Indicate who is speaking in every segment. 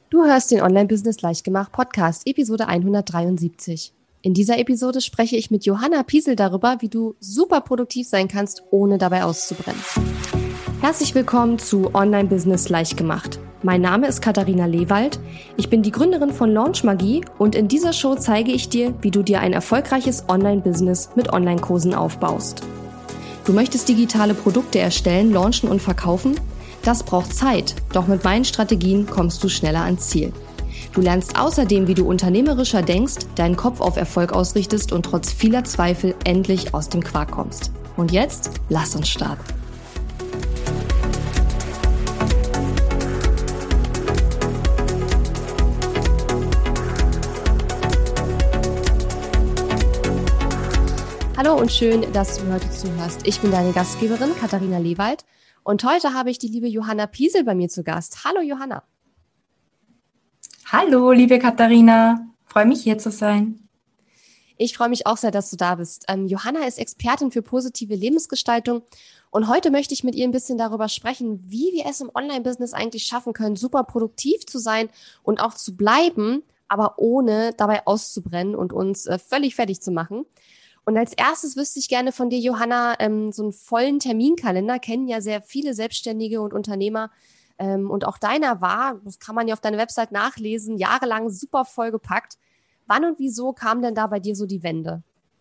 Speaker 1: Du hörst den Online-Business Leichtgemacht Podcast, Episode 173. In dieser Episode spreche ich mit Johanna Piesel darüber, wie du super produktiv sein kannst, ohne dabei auszubrennen. Herzlich willkommen zu Online-Business Leichtgemacht. Mein Name ist Katharina Lewald. Ich bin die Gründerin von Launch Magie und in dieser Show zeige ich dir, wie du dir ein erfolgreiches Online-Business mit Online-Kursen aufbaust. Du möchtest digitale Produkte erstellen, launchen und verkaufen? Das braucht Zeit, doch mit meinen Strategien kommst du schneller ans Ziel. Du lernst außerdem, wie du unternehmerischer denkst, deinen Kopf auf Erfolg ausrichtest und trotz vieler Zweifel endlich aus dem Quark kommst. Und jetzt, lass uns starten. Hallo und schön, dass du heute zuhörst. Ich bin deine Gastgeberin Katharina Lewald und heute habe ich die liebe Johanna Piesel bei mir zu Gast. Hallo Johanna.
Speaker 2: Hallo liebe Katharina, freue mich hier zu sein.
Speaker 1: Ich freue mich auch sehr, dass du da bist. Johanna ist Expertin für positive Lebensgestaltung und heute möchte ich mit ihr ein bisschen darüber sprechen, wie wir es im Online-Business eigentlich schaffen können, super produktiv zu sein und auch zu bleiben, aber ohne dabei auszubrennen und uns völlig fertig zu machen. Und als erstes wüsste ich gerne von dir, Johanna, so einen vollen Terminkalender kennen ja sehr viele Selbstständige und Unternehmer. Und auch deiner war, das kann man ja auf deiner Website nachlesen, jahrelang super vollgepackt. Wann und wieso kam denn da bei dir so die Wende?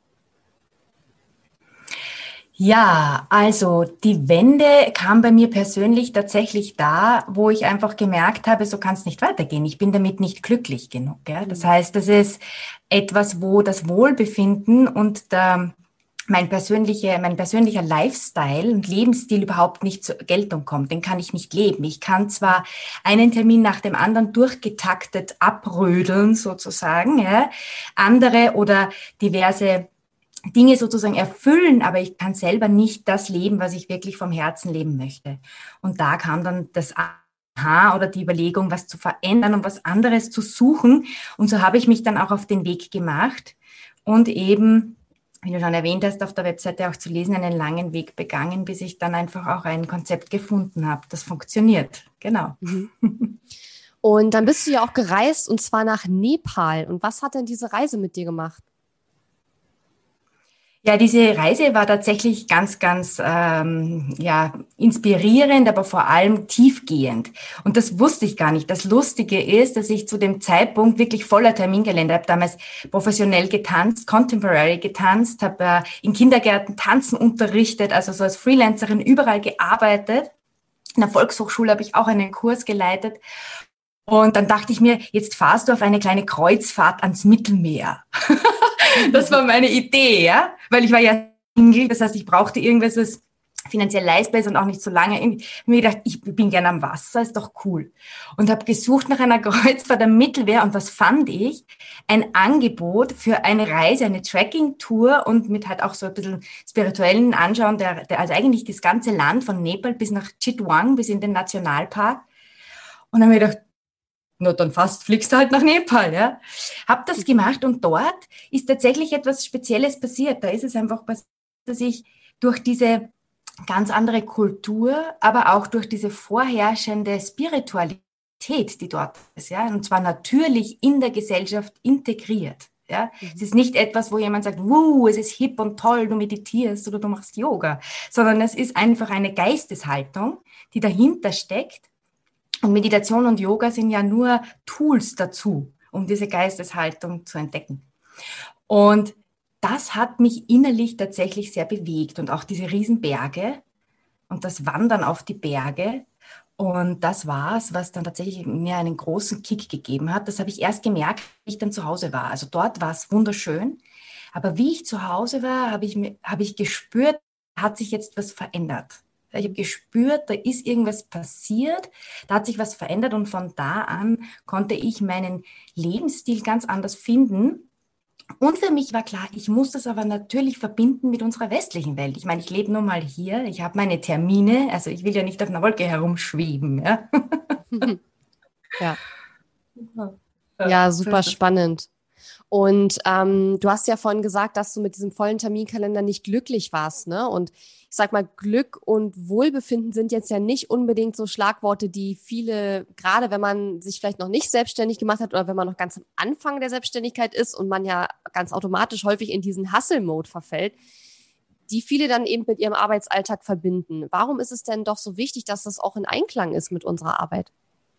Speaker 2: Ja, also die Wende kam bei mir persönlich tatsächlich da, wo ich einfach gemerkt habe, so kann es nicht weitergehen. Ich bin damit nicht glücklich genug. Ja? Das heißt, das ist etwas, wo das Wohlbefinden und mein persönlicher Lifestyle und Lebensstil überhaupt nicht zur Geltung kommt. Den kann ich nicht leben. Ich kann zwar einen Termin nach dem anderen durchgetaktet abrödeln sozusagen, ja? Andere oder diverse Dinge sozusagen erfüllen, aber ich kann selber nicht das leben, was ich wirklich vom Herzen leben möchte. Und da kam dann das Aha oder die Überlegung, was zu verändern und was anderes zu suchen. Und so habe ich mich dann auch auf den Weg gemacht und eben, wie du schon erwähnt hast, auf der Webseite auch zu lesen, einen langen Weg begangen, bis ich dann einfach auch ein Konzept gefunden habe, das funktioniert. Genau.
Speaker 1: Mhm. Und dann bist du ja auch gereist und zwar nach Nepal. Und was hat denn diese Reise mit dir gemacht?
Speaker 2: Ja, diese Reise war tatsächlich ganz, inspirierend, aber vor allem tiefgehend. Und das wusste ich gar nicht. Das Lustige ist, dass ich zu dem Zeitpunkt wirklich voller Terminkalender habe, damals professionell getanzt, contemporary getanzt, habe in Kindergärten Tanzen unterrichtet, also so als Freelancerin überall gearbeitet. In der Volkshochschule habe ich auch einen Kurs geleitet. Und dann dachte ich mir, jetzt fahrst du auf eine kleine Kreuzfahrt ans Mittelmeer. Das war meine Idee, ja, weil ich war ja Single, das heißt, ich brauchte irgendwas, was finanziell leistbar ist und auch nicht so lange. Ich habe mir gedacht, ich bin gerne am Wasser, ist doch cool. Und habe gesucht nach einer Kreuzfahrt am Mittelmeer und was fand ich? Ein Angebot für eine Reise, eine Trekking-Tour und mit halt auch so ein bisschen spirituellen Anschauen, also eigentlich das ganze Land von Nepal bis nach Chitwan, bis in den Nationalpark. Und dann habe ich gedacht, nur dann fast fliegst du halt nach Nepal, ja. Hab das gemacht und dort ist tatsächlich etwas Spezielles passiert. Da ist es einfach passiert, dass ich durch diese ganz andere Kultur, aber auch durch diese vorherrschende Spiritualität, die dort ist, ja, und zwar natürlich in der Gesellschaft integriert. Ja, es ist nicht etwas, wo jemand sagt, es ist hip und toll, du meditierst oder du machst Yoga, sondern es ist einfach eine Geisteshaltung, die dahinter steckt. Und Meditation und Yoga sind ja nur Tools dazu, um diese Geisteshaltung zu entdecken. Und das hat mich innerlich tatsächlich sehr bewegt und auch diese Riesenberge und das Wandern auf die Berge. Und das war es, was dann tatsächlich mir einen großen Kick gegeben hat. Das habe ich erst gemerkt, wie ich dann zu Hause war. Also dort war es wunderschön. Aber wie ich zu Hause war, habe ich gespürt, hat sich jetzt was verändert. Ich habe gespürt, da ist irgendwas passiert, da hat sich was verändert und von da an konnte ich meinen Lebensstil ganz anders finden. Und für mich war klar, ich muss das aber natürlich verbinden mit unserer westlichen Welt. Ich meine, ich lebe nun mal hier, ich habe meine Termine, also ich will ja nicht auf einer Wolke herumschweben. Ja,
Speaker 1: Ja,
Speaker 2: ja,
Speaker 1: ja,
Speaker 2: so
Speaker 1: super
Speaker 2: ist das.
Speaker 1: spannend. Und du hast ja vorhin gesagt, dass du mit diesem vollen Terminkalender nicht glücklich warst, ne? Und ich sag mal, Glück und Wohlbefinden sind jetzt ja nicht unbedingt so Schlagworte, die viele, gerade wenn man sich vielleicht noch nicht selbstständig gemacht hat oder wenn man noch ganz am Anfang der Selbstständigkeit ist und man ja ganz automatisch häufig in diesen Hustle-Mode verfällt, die viele dann eben mit ihrem Arbeitsalltag verbinden. Warum ist es denn doch so wichtig, dass das auch in Einklang ist mit unserer Arbeit?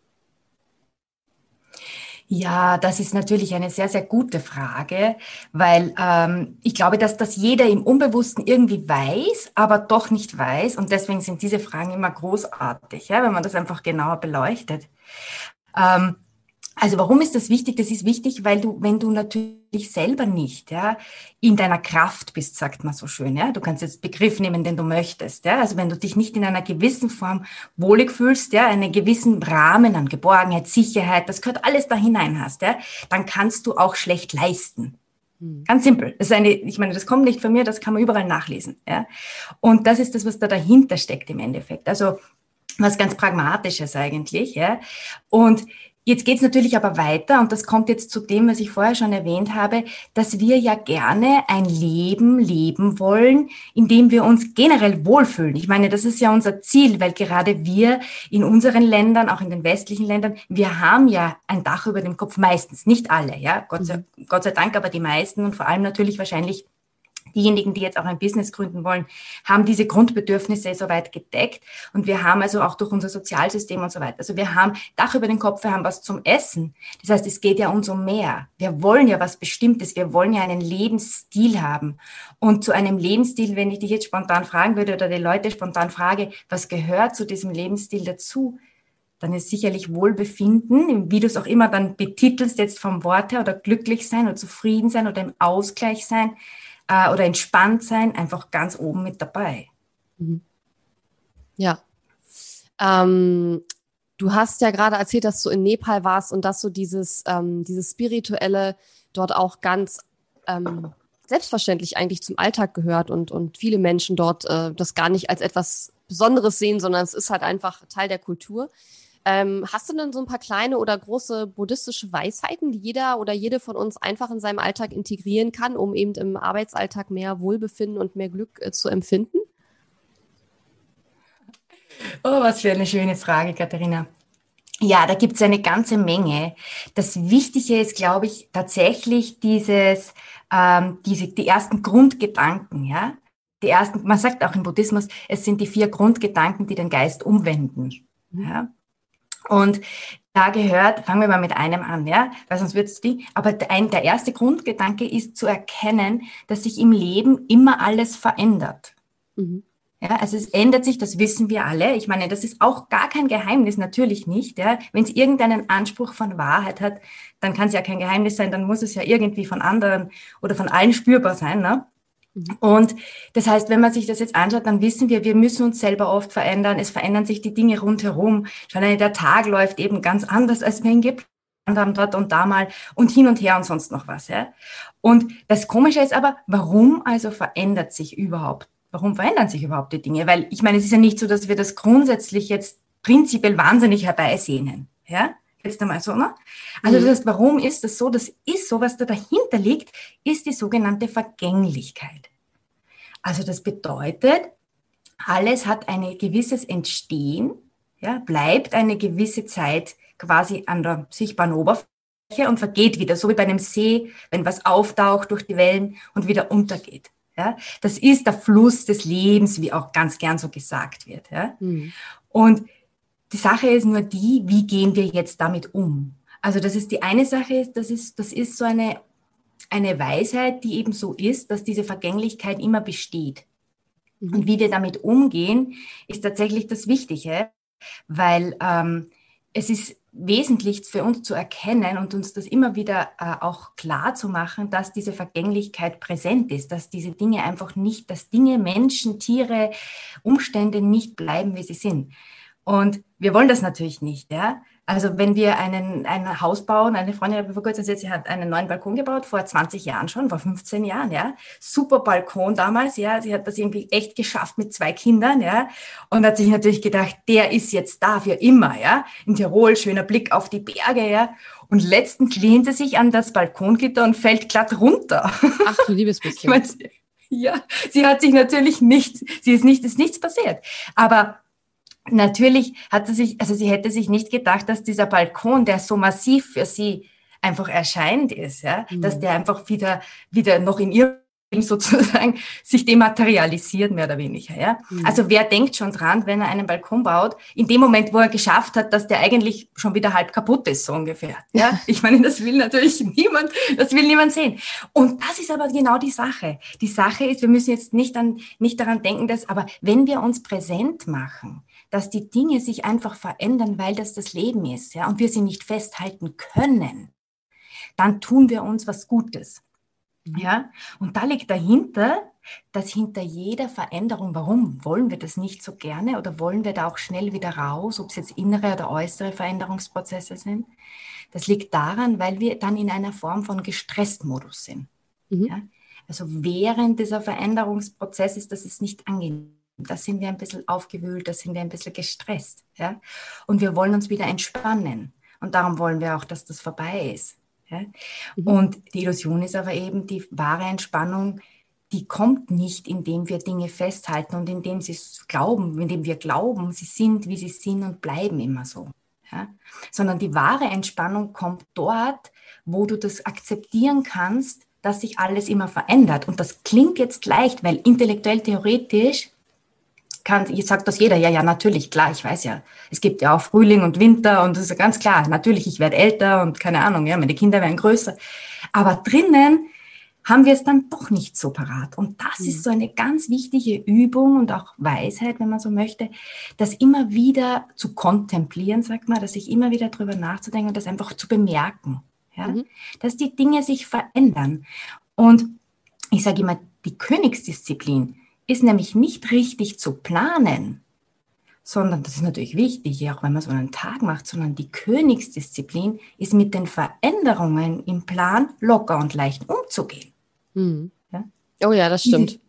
Speaker 2: Ja, das ist natürlich eine sehr, sehr gute Frage, weil ich glaube, dass das jeder im Unbewussten irgendwie weiß, aber doch nicht weiß. Und deswegen sind diese Fragen immer großartig, ja, wenn man das einfach genauer beleuchtet. Also warum ist das wichtig? Das ist wichtig, weil wenn du natürlich selber nicht, ja, in deiner Kraft bist, sagt man so schön, ja. Du kannst jetzt Begriff nehmen, den du möchtest, ja. Also wenn du dich nicht in einer gewissen Form wohlig fühlst, ja, einen gewissen Rahmen an Geborgenheit, Sicherheit, das gehört alles da hinein hast, ja, dann kannst du auch schlecht leisten. Ganz simpel. Das ist ich meine, das kommt nicht von mir, das kann man überall nachlesen, ja. Und das ist das, was da dahinter steckt im Endeffekt. Also was ganz Pragmatisches eigentlich, ja. Und jetzt geht's natürlich aber weiter und das kommt jetzt zu dem, was ich vorher schon erwähnt habe, dass wir ja gerne ein Leben leben wollen, in dem wir uns generell wohlfühlen. Ich meine, das ist ja unser Ziel, weil gerade wir in unseren Ländern, auch in den westlichen Ländern, wir haben ja ein Dach über dem Kopf, meistens, nicht alle, ja, Gott sei Dank, aber die meisten und vor allem natürlich wahrscheinlich diejenigen, die jetzt auch ein Business gründen wollen, haben diese Grundbedürfnisse soweit gedeckt. Und wir haben also auch durch unser Sozialsystem und so weiter. Also wir haben Dach über den Kopf, wir haben was zum Essen. Das heißt, es geht ja uns um mehr. Wir wollen ja was Bestimmtes. Wir wollen ja einen Lebensstil haben. Und zu einem Lebensstil, wenn ich dich jetzt spontan fragen würde oder die Leute spontan frage, was gehört zu diesem Lebensstil dazu? Dann ist sicherlich Wohlbefinden, wie du es auch immer dann betitelst, jetzt vom Wort her, oder glücklich sein oder zufrieden sein oder im Ausgleich sein, oder entspannt sein, einfach ganz oben mit dabei.
Speaker 1: Ja. Du hast ja gerade erzählt, dass du in Nepal warst und dass so dieses Spirituelle dort auch ganz selbstverständlich eigentlich zum Alltag gehört und viele Menschen dort das gar nicht als etwas Besonderes sehen, sondern es ist halt einfach Teil der Kultur. Hast du denn so ein paar kleine oder große buddhistische Weisheiten, die jeder oder jede von uns einfach in seinem Alltag integrieren kann, um eben im Arbeitsalltag mehr Wohlbefinden und mehr Glück zu empfinden?
Speaker 2: Oh, was für eine schöne Frage, Katharina. Ja, da gibt es eine ganze Menge. Das Wichtige ist, glaube ich, tatsächlich die ersten Grundgedanken, ja. Man sagt auch im Buddhismus, es sind die 4 Grundgedanken, die den Geist umwenden, ja. Und da fangen wir mal mit einem an, ja, weil sonst wird's aber der erste Grundgedanke ist zu erkennen, dass sich im Leben immer alles verändert. Ja, also es ändert sich, das wissen wir alle. Ich meine, das ist auch gar kein Geheimnis, natürlich nicht, ja. Wenn es irgendeinen Anspruch von Wahrheit hat, dann kann es ja kein Geheimnis sein, dann muss es ja irgendwie von anderen oder von allen spürbar sein, ne? Und das heißt, wenn man sich das jetzt anschaut, dann wissen wir müssen uns selber oft verändern. Es verändern sich die Dinge rundherum. Schon der Tag läuft eben ganz anders, als wir ihn geplant haben, dort und da mal und hin und her und sonst noch was. Ja? Und das Komische ist aber, warum also verändern sich überhaupt die Dinge? Weil ich meine, es ist ja nicht so, dass wir das grundsätzlich jetzt prinzipiell wahnsinnig herbeisehnen. Ja? Jetzt einmal so, ne? Also das heißt, warum ist das so? Das ist so, was da dahinter liegt, ist die sogenannte Vergänglichkeit. Also das bedeutet, alles hat ein gewisses Entstehen, ja, bleibt eine gewisse Zeit quasi an der sichtbaren Oberfläche und vergeht wieder, so wie bei einem See, wenn was auftaucht durch die Wellen und wieder untergeht. Ja? Das ist der Fluss des Lebens, wie auch ganz gern so gesagt wird. Ja? Und die Sache ist nur die, wie gehen wir jetzt damit um? Also das ist die eine Sache, das ist so eine Weisheit, die eben so ist, dass diese Vergänglichkeit immer besteht. Und wie wir damit umgehen, ist tatsächlich das Wichtige, weil es ist wesentlich für uns zu erkennen und uns das immer wieder auch klar zu machen, dass diese Vergänglichkeit präsent ist, dass diese Dinge einfach nicht, dass Dinge, Menschen, Tiere, Umstände nicht bleiben, wie sie sind. Und wir wollen das natürlich nicht, ja. Also wenn wir ein Haus bauen, eine Freundin hat mir vor kurzem erzählt, sie hat einen neuen Balkon gebaut, vor 20 Jahren schon, vor 15 Jahren, ja. Super Balkon damals, ja. Sie hat das irgendwie echt geschafft mit 2 Kindern, ja. Und hat sich natürlich gedacht, der ist jetzt da für immer, ja. In Tirol, schöner Blick auf die Berge, ja. Und letztens lehnt sie sich an das Balkongitter und fällt glatt runter.
Speaker 1: Ach du liebes bisschen.
Speaker 2: Ja, sie hat sich natürlich ist nichts passiert. Aber natürlich sie hätte sich nicht gedacht, dass dieser Balkon, der so massiv für sie einfach erscheint ist, ja, dass der einfach wieder noch in ihrem Leben sozusagen sich dematerialisiert, mehr oder weniger, ja. Also wer denkt schon dran, wenn er einen Balkon baut, in dem Moment, wo er geschafft hat, dass der eigentlich schon wieder halb kaputt ist, so ungefähr, ja. Ich meine, das will niemand sehen. Und das ist aber genau die Sache. Die Sache ist, wir müssen jetzt nicht daran denken, aber wenn wir uns präsent machen, dass die Dinge sich einfach verändern, weil das Leben ist, ja, und wir sie nicht festhalten können, dann tun wir uns was Gutes. Ja, und da liegt dahinter, dass hinter jeder Veränderung, warum wollen wir das nicht so gerne oder wollen wir da auch schnell wieder raus, ob es jetzt innere oder äußere Veränderungsprozesse sind, das liegt daran, weil wir dann in einer Form von Gestresst-Modus sind. Ja? Also während dieser Veränderungsprozesses, das ist nicht angenehm. Da sind wir ein bisschen aufgewühlt, da sind wir ein bisschen gestresst. Ja? Und wir wollen uns wieder entspannen. Und darum wollen wir auch, dass das vorbei ist. Ja? Und die Illusion ist aber eben, die wahre Entspannung, die kommt nicht, indem wir Dinge festhalten und indem wir glauben, sie sind, wie sie sind und bleiben immer so. Ja? Sondern die wahre Entspannung kommt dort, wo du das akzeptieren kannst, dass sich alles immer verändert. Und das klingt jetzt leicht, weil intellektuell, theoretisch sagt das jeder, ja, natürlich, klar, ich weiß ja, es gibt ja auch Frühling und Winter und das ist ja ganz klar, natürlich, ich werde älter und keine Ahnung, ja, meine Kinder werden größer, aber drinnen haben wir es dann doch nicht so parat und das ist so eine ganz wichtige Übung und auch Weisheit, wenn man so möchte, das immer wieder zu kontemplieren, sagt man, dass sich immer wieder drüber nachzudenken und das einfach zu bemerken, ja, dass die Dinge sich verändern und ich sage immer, die Königsdisziplin ist nämlich nicht richtig zu planen, sondern, das ist natürlich wichtig, auch wenn man so einen Tag macht, sondern die Königsdisziplin ist mit den Veränderungen im Plan locker und leicht umzugehen.
Speaker 1: Ja? Oh ja, das stimmt.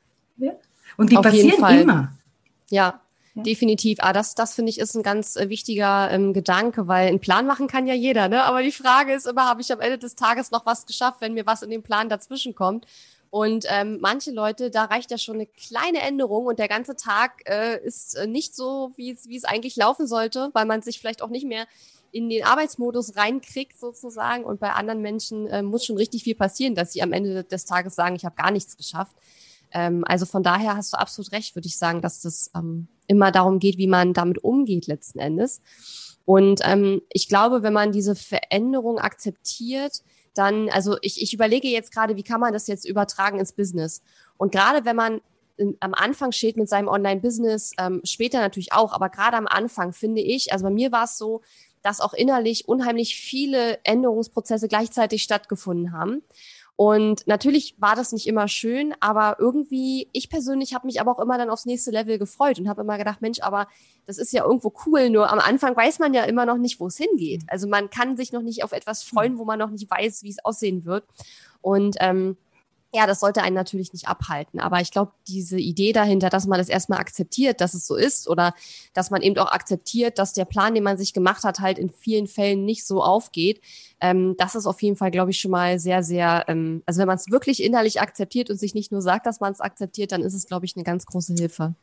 Speaker 2: Und die
Speaker 1: auf jeden
Speaker 2: passieren
Speaker 1: Fall.
Speaker 2: immer.
Speaker 1: Ja. Definitiv. Das finde ich ist ein ganz wichtiger Gedanke, weil einen Plan machen kann ja jeder, ne? Aber die Frage ist immer, habe ich am Ende des Tages noch was geschafft, wenn mir was in dem Plan dazwischen kommt? Und manche Leute, da reicht ja schon eine kleine Änderung und der ganze Tag ist nicht so, wie es eigentlich laufen sollte, weil man sich vielleicht auch nicht mehr in den Arbeitsmodus reinkriegt sozusagen. Und bei anderen Menschen muss schon richtig viel passieren, dass sie am Ende des Tages sagen, ich habe gar nichts geschafft. Also von daher hast du absolut recht, würde ich sagen, dass das immer darum geht, wie man damit umgeht letzten Endes. Und ich glaube, wenn man diese Veränderung akzeptiert, dann, also ich überlege jetzt gerade, wie kann man das jetzt übertragen ins Business? Und gerade wenn man am Anfang steht mit seinem Online-Business, später natürlich auch, aber gerade am Anfang finde ich, also bei mir war es so, dass auch innerlich unheimlich viele Änderungsprozesse gleichzeitig stattgefunden haben. Und natürlich war das nicht immer schön, aber irgendwie, ich persönlich habe mich aber auch immer dann aufs nächste Level gefreut und habe immer gedacht, Mensch, aber das ist ja irgendwo cool, nur am Anfang weiß man ja immer noch nicht, wo es hingeht. Also man kann sich noch nicht auf etwas freuen, wo man noch nicht weiß, wie es aussehen wird. Und ja, das sollte einen natürlich nicht abhalten. Aber ich glaube, diese Idee dahinter, dass man das erstmal akzeptiert, dass es so ist oder dass man eben auch akzeptiert, dass der Plan, den man sich gemacht hat, halt in vielen Fällen nicht so aufgeht, das ist auf jeden Fall, glaube ich, schon mal sehr, sehr, also wenn man es wirklich innerlich akzeptiert und sich nicht nur sagt, dass man es akzeptiert, dann ist es, glaube ich, eine ganz große Hilfe.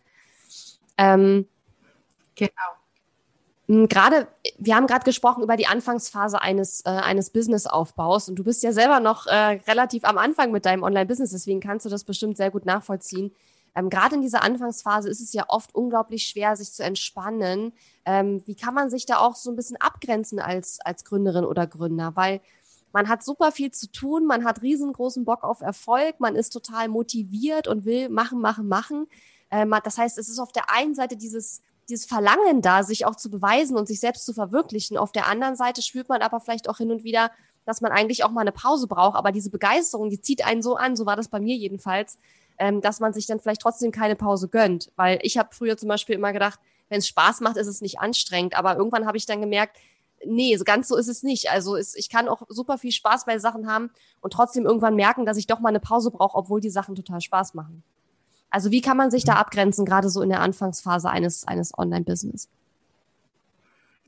Speaker 2: Genau.
Speaker 1: Wir haben gerade gesprochen über die Anfangsphase eines Businessaufbaus und du bist ja selber noch relativ am Anfang mit deinem Online-Business, deswegen kannst du das bestimmt sehr gut nachvollziehen. Gerade in dieser Anfangsphase ist es ja oft unglaublich schwer, sich zu entspannen. Wie kann man sich da auch so ein bisschen abgrenzen als Gründerin oder Gründer? Weil man hat super viel zu tun, man hat riesengroßen Bock auf Erfolg, man ist total motiviert und will machen. Das heißt, es ist auf der einen Seite dieses Verlangen da, sich auch zu beweisen und sich selbst zu verwirklichen. Auf der anderen Seite spürt man aber vielleicht auch hin und wieder, dass man eigentlich auch mal eine Pause braucht. Aber diese Begeisterung, die zieht einen so an, so war das bei mir jedenfalls, dass man sich dann vielleicht trotzdem keine Pause gönnt. Weil ich habe früher zum Beispiel immer gedacht, wenn es Spaß macht, ist es nicht anstrengend. Aber irgendwann habe ich dann gemerkt, nee, so ganz so ist es nicht. Also ich kann auch super viel Spaß bei Sachen haben und trotzdem irgendwann merken, dass ich doch mal eine Pause brauche, obwohl die Sachen total Spaß machen. Also wie kann man sich da abgrenzen, gerade so in der Anfangsphase eines Online-Business?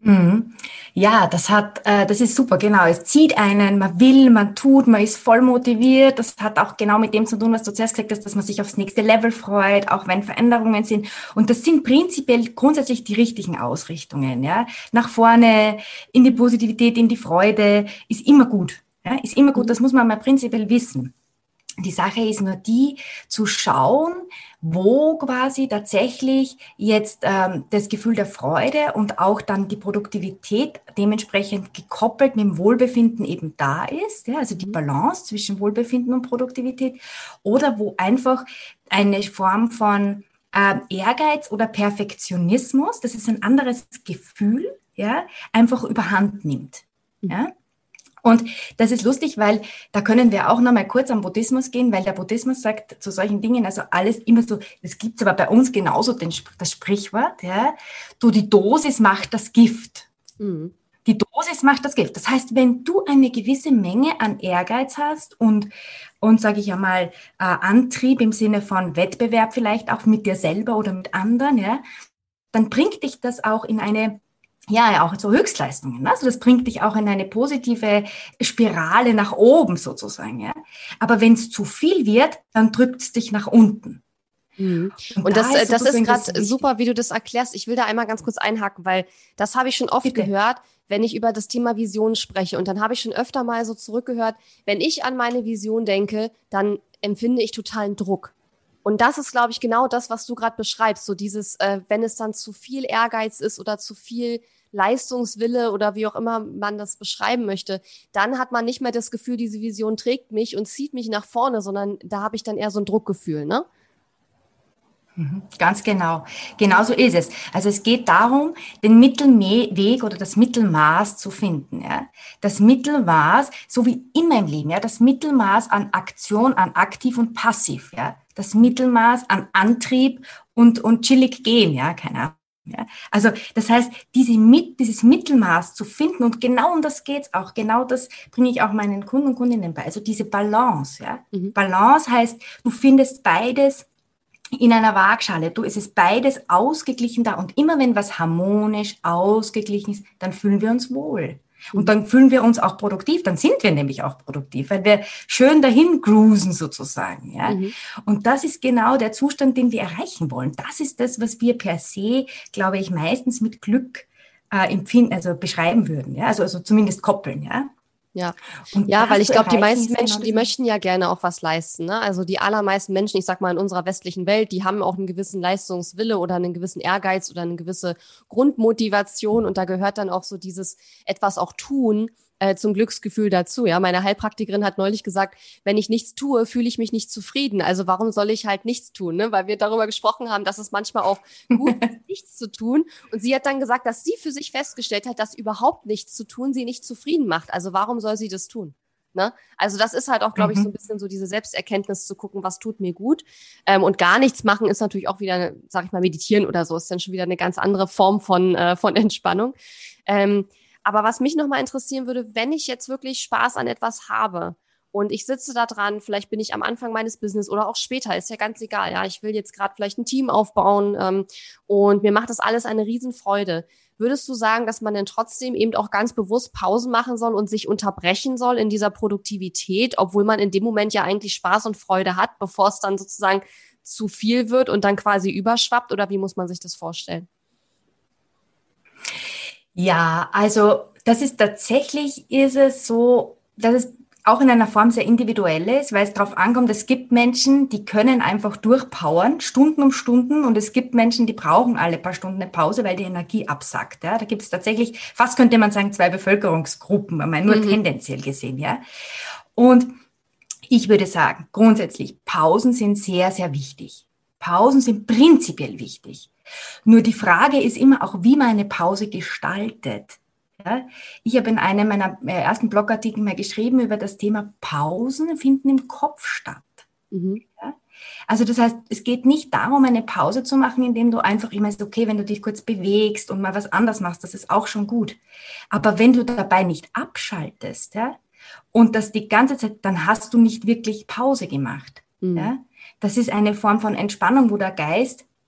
Speaker 2: Mhm. Ja, das ist super, genau. Es zieht einen, man will, man tut, man ist voll motiviert. Das hat auch genau mit dem zu tun, was du zuerst gesagt hast, dass man sich aufs nächste Level freut, auch wenn Veränderungen sind. Und das sind prinzipiell grundsätzlich die richtigen Ausrichtungen, ja. Nach vorne, in die Positivität, in die Freude, ist immer gut. Ja, ist immer gut, das muss man mal prinzipiell wissen. Die Sache ist nur die, zu schauen, wo quasi tatsächlich jetzt das Gefühl der Freude und auch dann die Produktivität dementsprechend gekoppelt mit dem Wohlbefinden eben da ist, ja, also die Balance zwischen Wohlbefinden und Produktivität, oder wo einfach eine Form von Ehrgeiz oder Perfektionismus, das ist ein anderes Gefühl, ja, einfach überhand nimmt. Ja. Und das ist lustig, weil da können wir auch noch mal kurz am Buddhismus gehen, weil der Buddhismus sagt zu solchen Dingen, also alles immer so, das gibt's aber bei uns genauso, das Sprichwort, ja, du, die Dosis macht das Gift.
Speaker 1: Mhm.
Speaker 2: Die Dosis macht das Gift. Das heißt, wenn du eine gewisse Menge an Ehrgeiz hast und sage ich einmal, Antrieb im Sinne von Wettbewerb vielleicht auch mit dir selber oder mit anderen, ja, dann bringt dich das auch in eine, ja, auch zu Höchstleistungen. Also das bringt dich auch in eine positive Spirale nach oben sozusagen. Ja. Aber wenn es zu viel wird, dann drückt es dich nach unten.
Speaker 1: Mhm.
Speaker 2: Und
Speaker 1: Und
Speaker 2: da ist
Speaker 1: das ist
Speaker 2: sozusagen das
Speaker 1: gerade
Speaker 2: Wichtige.
Speaker 1: super, wie du das erklärst. Ich will da einmal ganz kurz einhaken, weil das habe ich schon oft
Speaker 2: Bitte.
Speaker 1: gehört, wenn ich über das Thema Vision spreche. Und dann habe ich schon öfter mal so zurückgehört, wenn ich an meine Vision denke, dann empfinde ich totalen Druck. Und das ist, glaube ich, genau das, was du gerade beschreibst. So dieses, wenn es dann zu viel Ehrgeiz ist oder zu viel Leistungswille oder wie auch immer man das beschreiben möchte, dann hat man nicht mehr das Gefühl, diese Vision trägt mich und zieht mich nach vorne, sondern da habe ich dann eher so ein Druckgefühl, ne?
Speaker 2: Ganz genau. Genauso ist es. Also es geht darum, den Mittelweg oder das Mittelmaß zu finden. Ja? Das Mittelmaß, so wie immer im Leben, ja, das Mittelmaß an Aktion, an aktiv und passiv, ja, das Mittelmaß an Antrieb und chillig gehen, ja, keine Ahnung. Ja, also das heißt, dieses Mittelmaß zu finden, und genau um das geht's auch, genau das bringe ich auch meinen Kunden und Kundinnen bei, also diese Balance. Ja?
Speaker 1: Mhm.
Speaker 2: Balance heißt, du findest beides in einer Waagschale. Du, es ist beides ausgeglichen da. Und immer wenn was harmonisch, ausgeglichen ist, dann fühlen wir uns wohl. Und
Speaker 1: Mhm.
Speaker 2: dann fühlen wir uns auch produktiv. Dann sind wir nämlich auch produktiv, weil wir schön dahin cruisen sozusagen. Ja?
Speaker 1: Mhm.
Speaker 2: Und das ist genau der Zustand, den wir erreichen wollen. Das ist das, was wir per se, glaube ich, meistens mit Glück empfinden, also beschreiben würden. Ja? Also zumindest koppeln. Ja?
Speaker 1: Ja,
Speaker 2: Und
Speaker 1: ja, weil
Speaker 2: das
Speaker 1: ich
Speaker 2: zu
Speaker 1: glaube, die
Speaker 2: erreichen
Speaker 1: meisten
Speaker 2: ist genau
Speaker 1: Menschen, die
Speaker 2: das.
Speaker 1: möchten ja gerne auch was leisten, ne? Also die allermeisten Menschen, ich sag mal in unserer westlichen Welt, die haben auch einen gewissen Leistungswille oder einen gewissen Ehrgeiz oder eine gewisse Grundmotivation und da gehört dann auch so dieses etwas auch tun zum Glücksgefühl dazu. Ja, meine Heilpraktikerin hat neulich gesagt, wenn ich nichts tue, fühle ich mich nicht zufrieden. Also warum soll ich halt nichts tun, ne? Weil wir darüber gesprochen haben, dass es manchmal auch gut ist, nichts zu tun. Und sie hat dann gesagt, dass sie für sich festgestellt hat, dass überhaupt nichts zu tun sie nicht zufrieden macht. Also warum soll sie das tun? Ne? Also das ist halt auch, glaube ich, so ein
Speaker 2: Mhm.
Speaker 1: bisschen so diese Selbsterkenntnis zu gucken, was tut mir gut. Und gar nichts machen ist natürlich auch wieder, sag ich mal, meditieren oder so, ist dann schon wieder eine ganz andere Form von Entspannung. Aber was mich nochmal interessieren würde, wenn ich jetzt wirklich Spaß an etwas habe und ich sitze da dran, vielleicht bin ich am Anfang meines Business oder auch später, ist ja ganz egal. Ja, ich will jetzt gerade vielleicht ein Team aufbauen und mir macht das alles eine Riesenfreude. Würdest du sagen, dass man denn trotzdem eben auch ganz bewusst Pausen machen soll und sich unterbrechen soll in dieser Produktivität, obwohl man in dem Moment ja eigentlich Spaß und Freude hat, bevor es dann sozusagen zu viel wird und dann quasi überschwappt? Oder wie muss man sich das vorstellen?
Speaker 2: Ja, also das ist tatsächlich, ist es so, dass es auch in einer Form sehr individuell ist, weil es darauf ankommt, es gibt Menschen, die können einfach durchpowern, Stunden um Stunden, und es gibt Menschen, die brauchen alle paar Stunden eine Pause, weil die Energie absackt. Ja? Da gibt es tatsächlich, fast könnte man sagen, zwei Bevölkerungsgruppen, ich meine, nur
Speaker 1: Mhm.
Speaker 2: tendenziell gesehen. Ja? Und ich würde sagen, grundsätzlich, Pausen sind sehr, sehr wichtig. Pausen sind prinzipiell wichtig. Nur die Frage ist immer auch, wie man eine Pause gestaltet. Ja? Ich habe in einem meiner ersten Blogartikel mal geschrieben über das Thema Pausen finden im Kopf statt.
Speaker 1: Mhm.
Speaker 2: Ja? Also das heißt, es geht nicht darum, eine Pause zu machen, indem du einfach, ich meine, okay, wenn du dich kurz bewegst und mal was anderes machst, das ist auch schon gut. Aber wenn du dabei nicht abschaltest, ja, und das die ganze Zeit, dann hast du nicht wirklich Pause gemacht.
Speaker 1: Mhm.
Speaker 2: Ja? Das ist eine Form von Entspannung, wo der Geist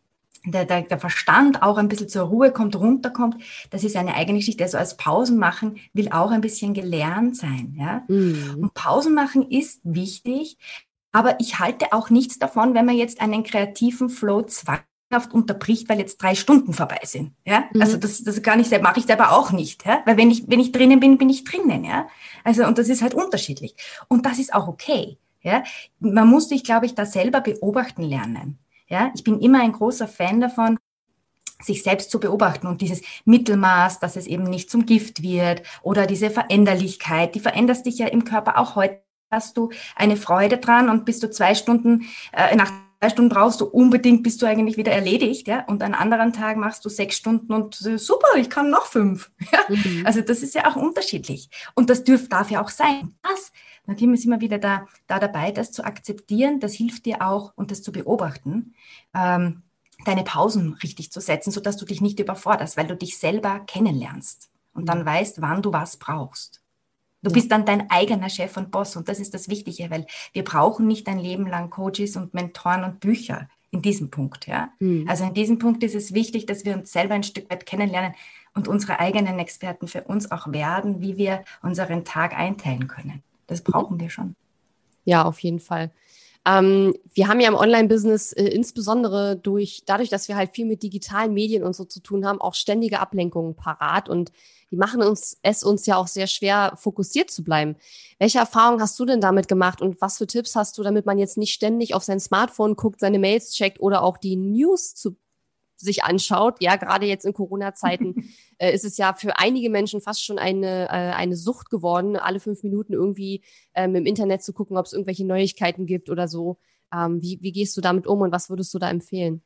Speaker 2: der Verstand auch ein bisschen zur Ruhe kommt, runterkommt. Das ist eine eigene Geschichte. Also als Pausen machen will auch ein bisschen gelernt sein. Ja?
Speaker 1: Mhm.
Speaker 2: Und Pausen machen ist wichtig, aber ich halte auch nichts davon, wenn man jetzt einen kreativen Flow zwanghaft unterbricht, weil jetzt 3 Stunden vorbei sind. Ja? Also das kann ich selber, mache ich selber auch nicht. Ja? Weil wenn ich drinnen bin, bin ich drinnen. Ja? Also, und das ist halt unterschiedlich. Und das ist auch okay. Ja? Man muss sich, glaube ich, da selber beobachten lernen. Ja? Ich bin immer ein großer Fan davon, sich selbst zu beobachten und dieses Mittelmaß, dass es eben nicht zum Gift wird oder diese Veränderlichkeit, die veränderst dich ja im Körper auch heute. Hast du eine Freude dran und bist du 2 Stunden, nach 2 Stunden brauchst du unbedingt, bist du eigentlich wieder erledigt, ja, und an anderen Tag machst du 6 Stunden und super, ich kann noch 5. Ja?
Speaker 1: Mhm.
Speaker 2: Also das ist ja auch unterschiedlich und das darf ja auch sein. Natürlich ist immer wieder da dabei, das zu akzeptieren, das hilft dir auch und das zu beobachten, deine Pausen richtig zu setzen, sodass du dich nicht überforderst, weil du dich selber kennenlernst und dann weißt, wann du was brauchst. Du bist dann dein eigener Chef und Boss und das ist das Wichtige, weil wir brauchen nicht ein Leben lang Coaches und Mentoren und Bücher in diesem Punkt. Ja?
Speaker 1: Mhm.
Speaker 2: Also in diesem Punkt ist es wichtig, dass wir uns selber ein Stück weit kennenlernen und unsere eigenen Experten für uns auch werden, wie wir unseren Tag einteilen können. Das brauchen wir schon.
Speaker 1: Ja, auf jeden Fall. Wir haben ja im Online-Business insbesondere dadurch, dass wir halt viel mit digitalen Medien und so zu tun haben, auch ständige Ablenkungen parat und die machen uns ja auch sehr schwer, fokussiert zu bleiben. Welche Erfahrungen hast du denn damit gemacht und was für Tipps hast du, damit man jetzt nicht ständig auf sein Smartphone guckt, seine Mails checkt oder auch die News sich anschaut? Ja, gerade jetzt in Corona-Zeiten ist es ja für einige Menschen fast schon eine Sucht geworden, alle 5 Minuten irgendwie im Internet zu gucken, ob es irgendwelche Neuigkeiten gibt oder so. Wie gehst du damit um und was würdest du da empfehlen?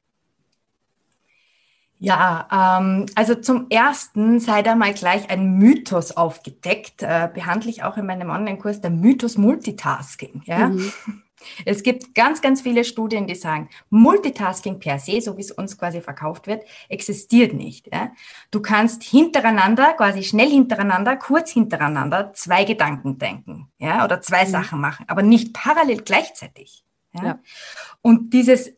Speaker 2: Ja, also zum Ersten sei da mal gleich ein Mythos aufgedeckt, behandle ich auch in meinem Online-Kurs, der Mythos Multitasking. Ja?
Speaker 1: Mhm.
Speaker 2: Es gibt ganz, ganz viele Studien, die sagen, Multitasking per se, so wie es uns quasi verkauft wird, existiert nicht. Ja? Du kannst hintereinander, quasi schnell hintereinander, kurz hintereinander 2 Gedanken denken, ja, oder 2 Sachen machen, aber nicht parallel gleichzeitig. Ja?
Speaker 1: Ja.
Speaker 2: Und dieses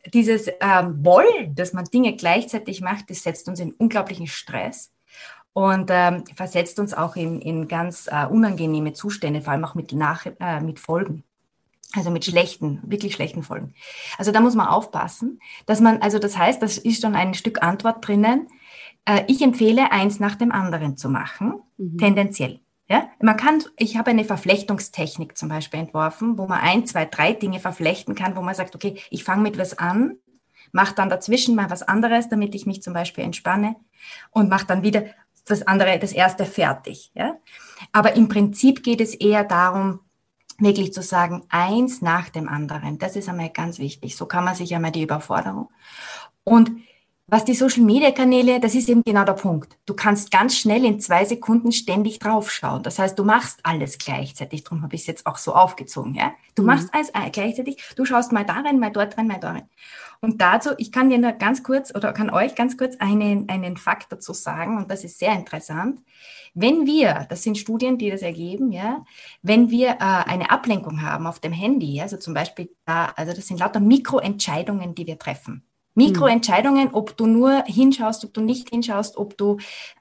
Speaker 2: Wollen, dass man Dinge gleichzeitig macht, das setzt uns in unglaublichen Stress und versetzt uns auch in ganz unangenehme Zustände, vor allem auch mit Folgen. Also mit wirklich schlechten Folgen. Also da muss man aufpassen, dass man, also das heißt, das ist schon ein Stück Antwort drinnen. Ich empfehle, eins nach dem anderen zu machen, tendenziell. Ja? Ich habe eine Verflechtungstechnik zum Beispiel entworfen, wo man 1, 2, 3 Dinge verflechten kann, wo man sagt, okay, ich fange mit was an, mache dann dazwischen mal was anderes, damit ich mich zum Beispiel entspanne und mache dann wieder das erste fertig. Ja? Aber im Prinzip geht es eher darum, wirklich zu sagen, eins nach dem anderen. Das ist einmal ganz wichtig. So kann man sich einmal die Überforderung. Und was die Social-Media-Kanäle, das ist eben genau der Punkt. Du kannst ganz schnell in 2 Sekunden ständig draufschauen. Das heißt, du machst alles gleichzeitig. Darum habe ich es jetzt auch so aufgezogen. Ja? Du machst alles gleichzeitig. Du schaust mal da rein, mal dort rein, mal da rein. Und dazu, ich kann dir nur ganz kurz oder kann euch ganz kurz einen Fakt dazu sagen, und das ist sehr interessant. Wenn wir, das sind Studien, die das ergeben, ja, wenn wir eine Ablenkung haben auf dem Handy, also zum Beispiel also das sind lauter Mikroentscheidungen, die wir treffen. Mikroentscheidungen, ob du nur hinschaust, ob du nicht hinschaust, ob du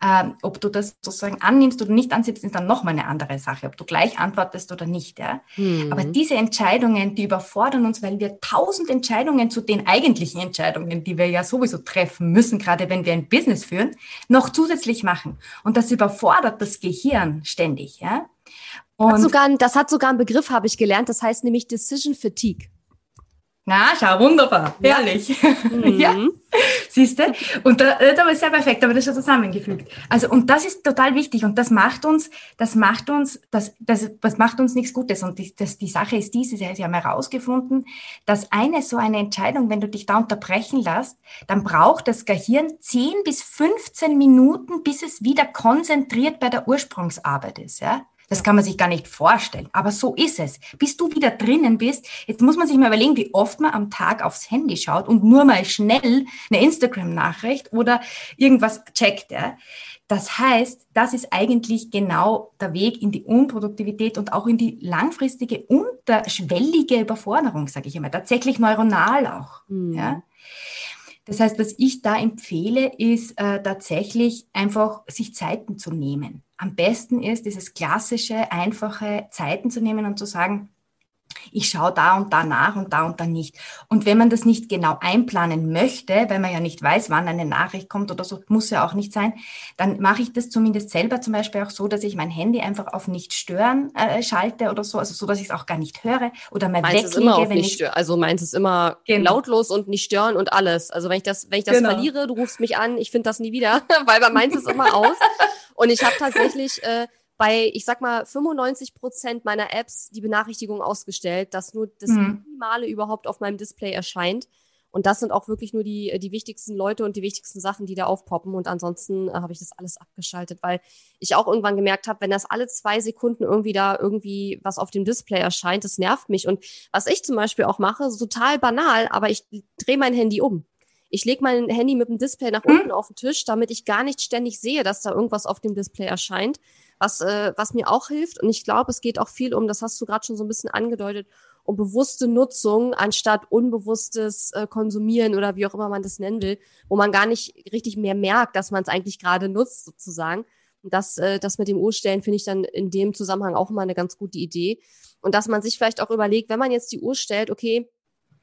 Speaker 2: das sozusagen annimmst oder nicht annimmst, ist dann nochmal eine andere Sache, ob du gleich antwortest oder nicht. Ja? Aber diese Entscheidungen, die überfordern uns, weil wir 1000 Entscheidungen zu den eigentlichen Entscheidungen, die wir ja sowieso treffen müssen, gerade wenn wir ein Business führen, noch zusätzlich machen. Und das überfordert das Gehirn ständig. Ja? Und
Speaker 1: Das hat sogar einen Begriff, habe ich gelernt, das heißt nämlich Decision Fatigue.
Speaker 2: Na, schau, wunderbar, herrlich. Ja, siehst du? Und das ist sehr perfekt, aber das ist schon zusammengefügt. Also, und das ist total wichtig und das macht uns nichts Gutes. Und die Sache ist diese, sie haben herausgefunden, dass so eine Entscheidung, wenn du dich da unterbrechen lässt, dann braucht das Gehirn 10 bis 15 Minuten, bis es wieder konzentriert bei der Ursprungsarbeit ist, ja? Das kann man sich gar nicht vorstellen. Aber so ist es. Bis du wieder drinnen bist, jetzt muss man sich mal überlegen, wie oft man am Tag aufs Handy schaut und nur mal schnell eine Instagram-Nachricht oder irgendwas checkt. Ja? Das heißt, das ist eigentlich genau der Weg in die Unproduktivität und auch in die langfristige, unterschwellige Überforderung, sage ich immer. Tatsächlich neuronal auch. Ja? Das heißt, was ich da empfehle, ist tatsächlich einfach sich Zeiten zu nehmen. Am besten ist dieses klassische, einfache Zeiten zu nehmen und zu sagen, ich schaue da und da nach und da nicht. Und wenn man das nicht genau einplanen möchte, weil man ja nicht weiß, wann eine Nachricht kommt oder so, muss ja auch nicht sein, dann mache ich das zumindest selber zum Beispiel auch so, dass ich mein Handy einfach auf nicht stören schalte oder so, also so, dass ich es auch gar nicht höre oder mal
Speaker 1: Meins ist
Speaker 2: weglege,
Speaker 1: immer auf
Speaker 2: wenn
Speaker 1: nicht
Speaker 2: ich...
Speaker 1: stören. Also meins ist immer
Speaker 2: Genau.
Speaker 1: lautlos und nicht stören und alles. Also wenn ich das
Speaker 2: Genau.
Speaker 1: verliere, du rufst mich an, ich finde das nie wieder, weil bei meins ist immer aus. Und ich habe tatsächlich bei, ich sag mal, 95% meiner Apps die Benachrichtigung ausgestellt, dass nur das Minimale überhaupt auf meinem Display erscheint. Und das sind auch wirklich nur die wichtigsten Leute und die wichtigsten Sachen, die da aufpoppen. Und ansonsten habe ich das alles abgeschaltet, weil ich auch irgendwann gemerkt habe, wenn das alle 2 Sekunden irgendwie was auf dem Display erscheint, das nervt mich. Und was ich zum Beispiel auch mache, so total banal, aber ich drehe mein Handy um. Ich lege mein Handy mit dem Display nach unten auf den Tisch, damit ich gar nicht ständig sehe, dass da irgendwas auf dem Display erscheint, was mir auch hilft. Und ich glaube, es geht auch viel um, das hast du gerade schon so ein bisschen angedeutet, um bewusste Nutzung anstatt unbewusstes Konsumieren oder wie auch immer man das nennen will, wo man gar nicht richtig mehr merkt, dass man es eigentlich gerade nutzt sozusagen. Und das mit dem Uhrstellen finde ich dann in dem Zusammenhang auch immer eine ganz gute Idee. Und dass man sich vielleicht auch überlegt, wenn man jetzt die Uhr stellt, okay,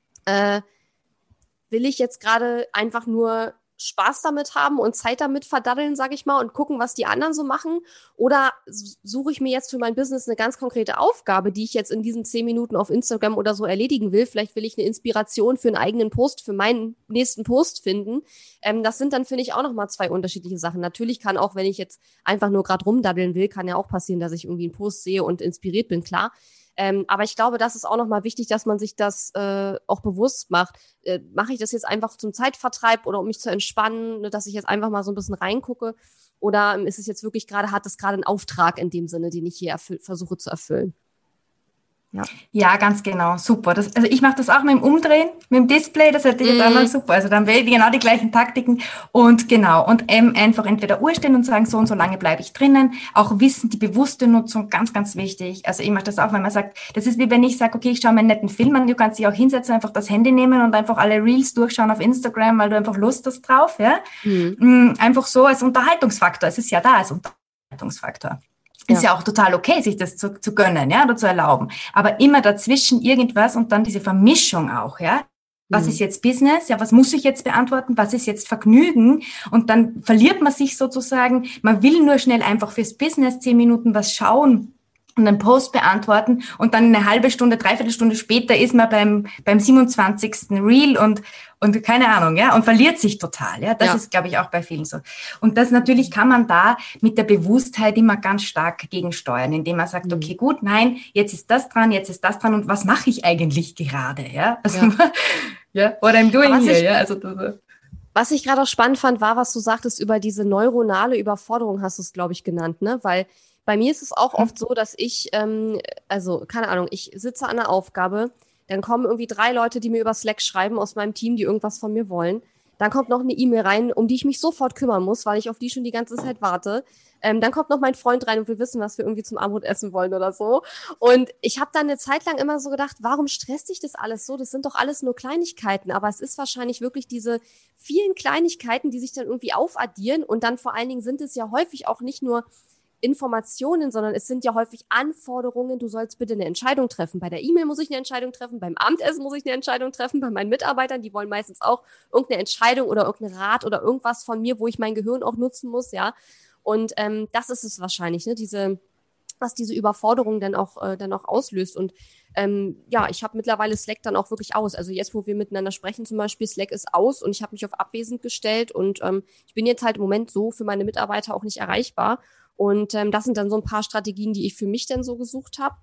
Speaker 1: will ich jetzt gerade einfach nur Spaß damit haben und Zeit damit verdaddeln, sage ich mal, und gucken, was die anderen so machen? Oder suche ich mir jetzt für mein Business eine ganz konkrete Aufgabe, die ich jetzt in diesen 10 Minuten auf Instagram oder so erledigen will? Vielleicht will ich eine Inspiration für einen eigenen Post, für meinen nächsten Post finden. Das sind dann, finde ich, auch nochmal 2 unterschiedliche Sachen. Natürlich kann auch, wenn ich jetzt einfach nur gerade rumdaddeln will, kann ja auch passieren, dass ich irgendwie einen Post sehe und inspiriert bin, klar. Aber ich glaube, das ist auch nochmal wichtig, dass man sich das auch bewusst macht. Mache ich das jetzt einfach zum Zeitvertreib oder um mich zu entspannen, ne, dass ich jetzt einfach mal so ein bisschen reingucke? Oder ist es jetzt wirklich hat es gerade einen Auftrag in dem Sinne, den ich hier versuche zu erfüllen?
Speaker 2: Ja, ganz genau. Super. Also ich mache das auch mit dem Umdrehen, mit dem Display. Das hätte ich jetzt einmal super. Also dann wähle ich genau die gleichen Taktiken. Und genau. Und einfach entweder Uhr stellen und sagen, so und so lange bleibe ich drinnen. Auch wissen, die bewusste Nutzung, ganz, ganz wichtig. Also ich mache das auch, wenn man sagt, das ist wie wenn ich sage, okay, ich schaue mir einen netten Film an. Du kannst dich auch hinsetzen, einfach das Handy nehmen und einfach alle Reels durchschauen auf Instagram, weil du einfach Lust hast drauf. Ja? Einfach so als Unterhaltungsfaktor. Es ist ja da als Unterhaltungsfaktor. Ist ja auch total okay, sich das zu gönnen, ja, oder zu erlauben. Aber immer dazwischen irgendwas und dann diese Vermischung auch, ja. Was ist jetzt Business? Ja, was muss ich jetzt beantworten? Was ist jetzt Vergnügen? Und dann verliert man sich sozusagen. Man will nur schnell einfach fürs Business 10 Minuten was schauen und einen Post beantworten und dann eine halbe Stunde, 3/4 Stunde später ist man beim 27. Reel und keine Ahnung, ja, und verliert sich total, ja. Das ist, glaube ich, auch bei vielen so. Und das natürlich kann man da mit der Bewusstheit immer ganz stark gegensteuern, indem man sagt, okay, gut, nein, jetzt ist das dran und was mache ich eigentlich gerade, ja? Also, ja, what I'm doing here, ja, also
Speaker 1: was ich gerade auch spannend fand, war, was du sagtest über diese neuronale Überforderung, hast du es, glaube ich, genannt, ne? Weil bei mir ist es auch oft so, dass ich, also keine Ahnung, ich sitze an einer Aufgabe, dann kommen irgendwie 3 Leute, die mir über Slack schreiben aus meinem Team, die irgendwas von mir wollen. Dann kommt noch eine E-Mail rein, um die ich mich sofort kümmern muss, weil ich auf die schon die ganze Zeit warte. Dann kommt noch mein Freund rein und will wissen, was wir irgendwie zum Abendbrot essen wollen oder so. Und ich habe dann eine Zeit lang immer so gedacht, warum stresst dich das alles so? Das sind doch alles nur Kleinigkeiten. Aber es ist wahrscheinlich wirklich diese vielen Kleinigkeiten, die sich dann irgendwie aufaddieren. Und dann vor allen Dingen sind es ja häufig auch nicht nur Informationen, sondern es sind ja häufig Anforderungen, du sollst bitte eine Entscheidung treffen. Bei der E-Mail muss ich eine Entscheidung treffen, beim Abendessen muss ich eine Entscheidung treffen, bei meinen Mitarbeitern, die wollen meistens auch irgendeine Entscheidung oder irgendeinen Rat oder irgendwas von mir, wo ich mein Gehirn auch nutzen muss, ja. Und das ist es wahrscheinlich, ne, was diese Überforderung dann auch auslöst. Und ich habe mittlerweile Slack dann auch wirklich aus. Also jetzt, wo wir miteinander sprechen zum Beispiel, Slack ist aus und ich habe mich auf abwesend gestellt und ich bin jetzt halt im Moment so für meine Mitarbeiter auch nicht erreichbar. Und das sind dann so ein paar Strategien, die ich für mich dann so gesucht habe.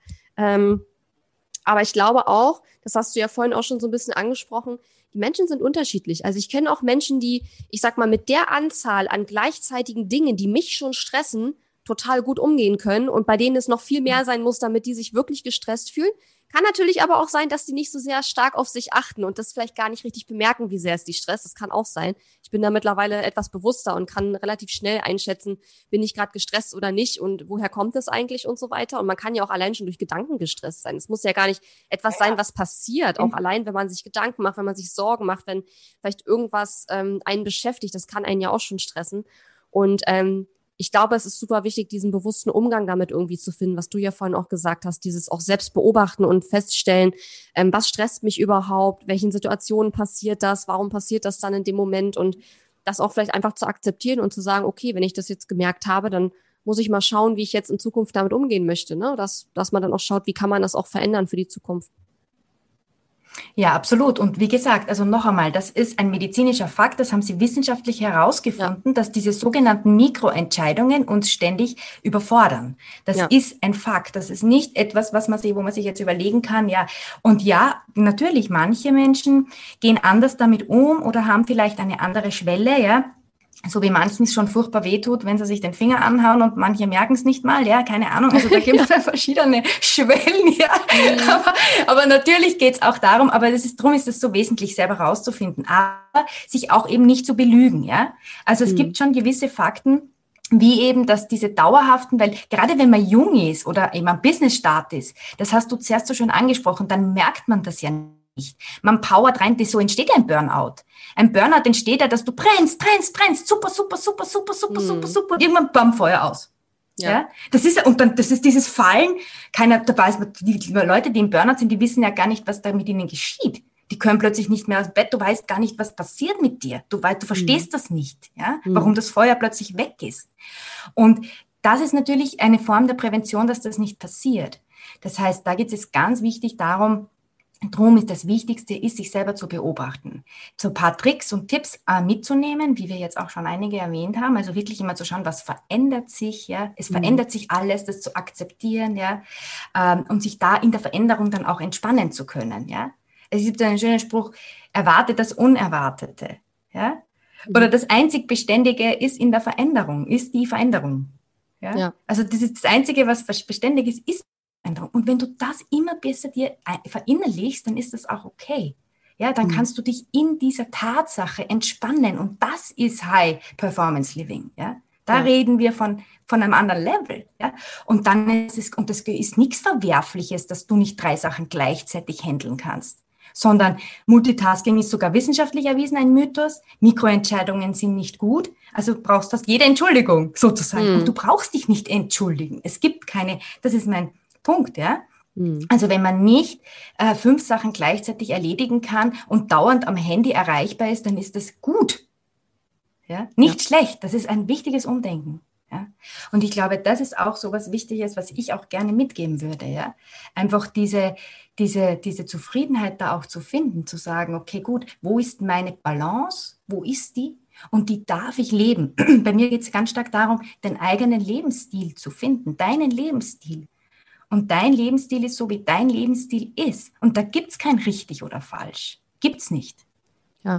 Speaker 1: Aber ich glaube auch, das hast du ja vorhin auch schon so ein bisschen angesprochen, die Menschen sind unterschiedlich. Also ich kenne auch Menschen, die, ich sag mal, mit der Anzahl an gleichzeitigen Dingen, die mich schon stressen, total gut umgehen können und bei denen es noch viel mehr sein muss, damit die sich wirklich gestresst fühlen. Kann natürlich aber auch sein, dass die nicht so sehr stark auf sich achten und das vielleicht gar nicht richtig bemerken, wie sehr es die stresst. Das kann auch sein. Ich bin da mittlerweile etwas bewusster und kann relativ schnell einschätzen, bin ich gerade gestresst oder nicht und woher kommt es eigentlich und so weiter. Und man kann ja auch allein schon durch Gedanken gestresst sein. Es muss ja gar nicht etwas sein, was passiert. Auch allein, wenn man sich Gedanken macht, wenn man sich Sorgen macht, wenn vielleicht irgendwas einen beschäftigt, das kann einen ja auch schon stressen. Und ich glaube, es ist super wichtig, diesen bewussten Umgang damit irgendwie zu finden, was du ja vorhin auch gesagt hast, dieses auch selbst beobachten und feststellen, was stresst mich überhaupt, welchen Situationen passiert das, warum passiert das dann in dem Moment und das auch vielleicht einfach zu akzeptieren und zu sagen, okay, wenn ich das jetzt gemerkt habe, dann muss ich mal schauen, wie ich jetzt in Zukunft damit umgehen möchte, ne? Dass man dann auch schaut, wie kann man das auch verändern für die Zukunft.
Speaker 2: Ja, absolut. Und wie gesagt, also noch einmal, das ist ein medizinischer Fakt, das haben sie wissenschaftlich herausgefunden, dass diese sogenannten Mikroentscheidungen uns ständig überfordern. Das ist ein Fakt. Das ist nicht etwas, wo man sich jetzt überlegen kann, ja. Und ja, natürlich, manche Menschen gehen anders damit um oder haben vielleicht eine andere Schwelle, ja. So wie manchen es schon furchtbar wehtut, wenn sie sich den Finger anhauen und manche merken es nicht mal, ja, keine Ahnung, also da gibt es ja verschiedene Schwellen, ja, aber natürlich geht es auch darum, aber darum ist es so wesentlich, selber rauszufinden, aber sich auch eben nicht zu belügen, ja, also es gibt schon gewisse Fakten, wie eben, dass diese dauerhaften, weil gerade wenn man jung ist oder eben am Business-Start ist, das hast du zuerst so schön angesprochen, dann merkt man das ja nicht. Man powert rein, so entsteht ein Burnout. Ein Burnout entsteht ja, dass du brennst, super, und irgendwann bam, Feuer aus. Ja. Das ist, und dann, das ist dieses Fallen, da weiß man, die Leute, die im Burnout sind, die wissen ja gar nicht, was da mit ihnen geschieht. Die können plötzlich nicht mehr aus dem Bett, du weißt gar nicht, was passiert mit dir. Du verstehst das nicht, ja, warum das Feuer plötzlich weg ist. Und das ist natürlich eine Form der Prävention, dass das nicht passiert. Das heißt, da geht es ganz wichtig darum, ist das Wichtigste, sich selber zu beobachten. So ein paar Tricks und Tipps mitzunehmen, wie wir jetzt auch schon einige erwähnt haben. Also wirklich immer zu schauen, was verändert sich, ja. Es verändert sich alles, das zu akzeptieren, ja. Und sich da in der Veränderung dann auch entspannen zu können, ja. Es gibt einen schönen Spruch, erwarte das Unerwartete, ja. Oder das einzig Beständige ist in der Veränderung, ist die Veränderung, ja. Also das ist das Einzige, was beständig ist. Und wenn du das immer besser dir verinnerlichst, dann ist das auch okay. Ja, dann kannst du dich in dieser Tatsache entspannen. Und das ist High Performance Living. Ja, da reden wir von einem anderen Level. Ja, und dann ist es, und das ist nichts Verwerfliches, dass du nicht 3 Sachen gleichzeitig handeln kannst. Sondern Multitasking ist sogar wissenschaftlich erwiesen, ein Mythos. Mikroentscheidungen sind nicht gut. Also brauchst du jede Entschuldigung sozusagen. Und du brauchst dich nicht entschuldigen. Es gibt keine, das ist mein Punkt, ja. Also wenn man nicht 5 Sachen gleichzeitig erledigen kann und dauernd am Handy erreichbar ist, dann ist das gut. Ja? Nicht schlecht, das ist ein wichtiges Umdenken. Ja? Und ich glaube, das ist auch so was Wichtiges, was ich auch gerne mitgeben würde. Ja? Einfach diese Zufriedenheit da auch zu finden, zu sagen, okay, gut, wo ist meine Balance? Wo ist die? Und die darf ich leben. Bei mir geht es ganz stark darum, den eigenen Lebensstil zu finden, deinen Lebensstil. Und dein Lebensstil ist so, wie dein Lebensstil ist. Und da gibt es kein richtig oder falsch. Gibt es nicht.
Speaker 1: Ja.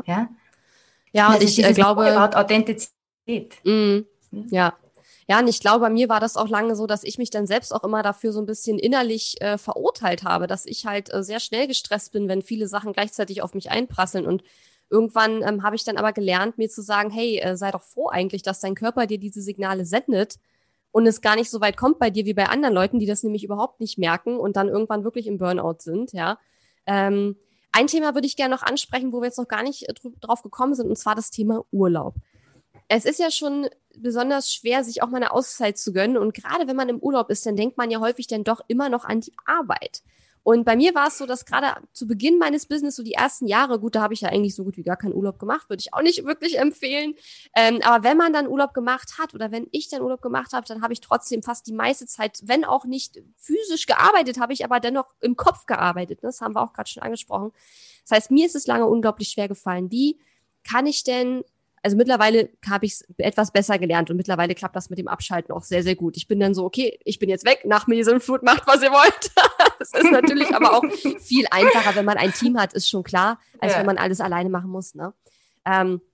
Speaker 2: Ja,
Speaker 1: und ich glaube...
Speaker 2: Authentizität.
Speaker 1: Ja. Ja, und ich glaube, bei mir war das auch lange so, dass ich mich dann selbst auch immer dafür so ein bisschen innerlich verurteilt habe, dass ich halt sehr schnell gestresst bin, wenn viele Sachen gleichzeitig auf mich einprasseln. Und irgendwann habe ich dann aber gelernt, mir zu sagen, hey, sei doch froh eigentlich, dass dein Körper dir diese Signale sendet, und es gar nicht so weit kommt bei dir wie bei anderen Leuten, die das nämlich überhaupt nicht merken und dann irgendwann wirklich im Burnout sind, ja. Ein Thema würde ich gerne noch ansprechen, wo wir jetzt noch gar nicht drauf gekommen sind, und zwar das Thema Urlaub. Es ist ja schon besonders schwer, sich auch mal eine Auszeit zu gönnen, und gerade wenn man im Urlaub ist, dann denkt man ja häufig dann doch immer noch an die Arbeit. Und bei mir war es so, dass gerade zu Beginn meines Business, so die ersten Jahre, gut, da habe ich ja eigentlich so gut wie gar keinen Urlaub gemacht, würde ich auch nicht wirklich empfehlen. Aber wenn man dann Urlaub gemacht hat oder wenn ich dann Urlaub gemacht habe, dann habe ich trotzdem fast die meiste Zeit, wenn auch nicht physisch gearbeitet, habe ich aber dennoch im Kopf gearbeitet. Das haben wir auch gerade schon angesprochen. Das heißt, mir ist es lange unglaublich schwer gefallen. Wie kann ich denn... Also mittlerweile habe ich es etwas besser gelernt und mittlerweile klappt das mit dem Abschalten auch sehr, sehr gut. Ich bin dann so, okay, ich bin jetzt weg, nach mir sind Flut, macht, was ihr wollt. Das ist natürlich aber auch viel einfacher, wenn man ein Team hat, ist schon klar, als wenn man alles alleine machen muss. Ne?